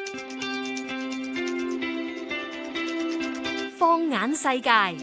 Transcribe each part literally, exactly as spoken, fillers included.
放眼世界。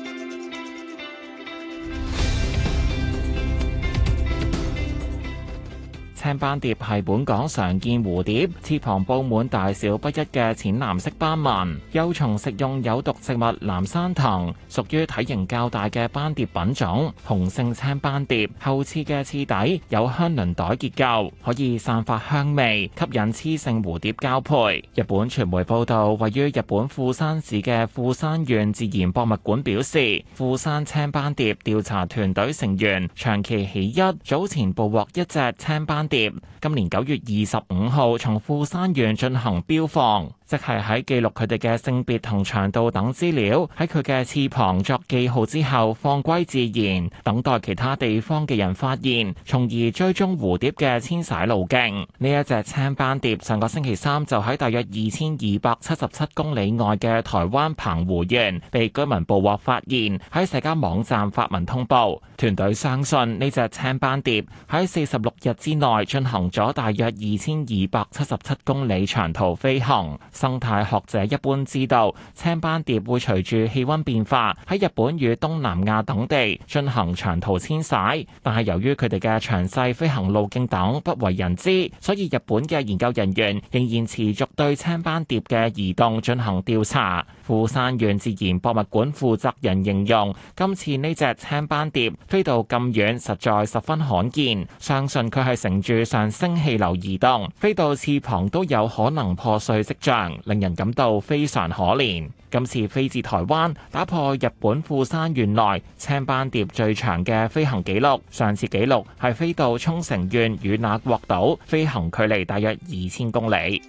青斑蝶係本港常見蝴蝶，翅膀布滿大小不一嘅淺藍色斑紋。幼蟲食用有毒植物藍山藤，屬於體型較大嘅斑蝶品種。雄性青斑蝶後翅嘅翅底有香鱗袋結構，可以散發香味，吸引雌性蝴蝶交配。日本傳媒報道，位於日本富山市嘅富山縣自然博物館表示，富山青斑蝶調查團隊成員長期喜一早前捕獲一隻青斑蝶。今年九月二十五號從富山縣進行標放，即係喺記錄佢哋嘅性別同長度等資料，喺佢嘅翅膀作記號之後放歸自然，等待其他地方嘅人發現，從而追蹤蝴蝶嘅遷徙路徑。呢一隻青斑蝶上個星期三就喺大約二千二百七十七公里外嘅台灣澎湖縣被居民捕獲發現，喺社交網站發文通報。團隊相信呢隻青斑蝶喺四十六日之內進行咗大約二千二百七十七公里長途飛行。生態學者一般知道，青斑蝶會隨住氣溫變化喺日本與東南亞等地進行長途遷徙，但係由於佢哋嘅詳細飛行路徑等不為人知，所以日本嘅研究人員仍然持續對青斑蝶嘅移動進行調查。富山縣自然博物館負責人形容，今次呢隻青斑蝶飛到咁遠實在十分罕見，相信佢係乘住上升氣流移動，飛到翅膀都有可能破碎跡象，令人感到非常可憐。今次飛至台灣，打破日本富山縣內青斑蝶最長嘅飛行紀錄，上次紀錄係飛到沖繩縣與那國島，飛行距離大約二千公里。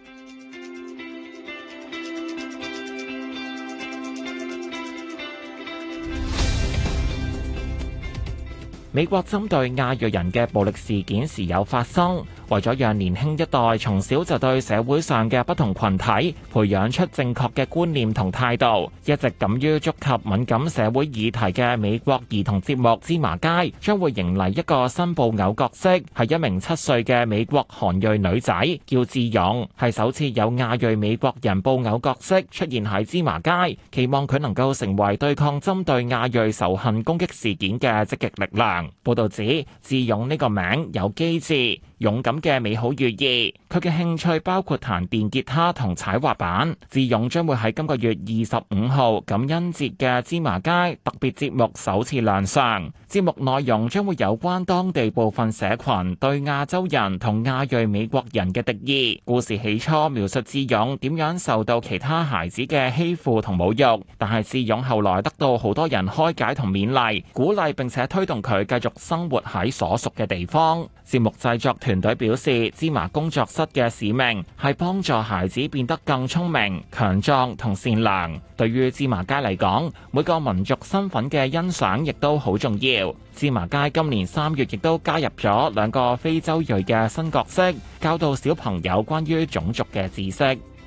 美國針對亞裔人嘅暴力事件時有發生，為咗讓年輕一代從小就對社會上嘅不同群體培養出正確嘅觀念同態度，一直敢於觸及敏感社會議題嘅美國兒童節目《芝麻街》將會迎嚟一個新布偶角色，係一名七歲嘅美國韓裔女仔，叫智勇，係首次有亞裔美國人布偶角色出現喺芝麻街，期望佢能夠成為對抗針對亞裔仇恨攻擊事件嘅積極力量。報道指，智勇呢個名有機智、勇敢嘅美好寓意。佢嘅興趣包括彈電吉他同踩滑板。智勇將會喺今個月二十五號感恩節嘅芝麻街特別節目首次亮相。節目內容將會有關當地部分社群對亞洲人同亞裔美國人嘅敵意。故事起初描述智勇點樣受到其他孩子嘅欺負同侮辱，但係智勇後來得到好多人開解同勉勵，鼓勵並且推動佢繼續生活喺所屬嘅地方。節目製作團隊表示，芝麻工作室嘅使命係幫助孩子變得更聰明、強壯同善良。對於芝麻街嚟講，每個民族身份嘅欣賞亦都好重要。芝麻街今年三月亦都加入咗兩個非洲裔嘅新角色，教導小朋友關於種族嘅知識。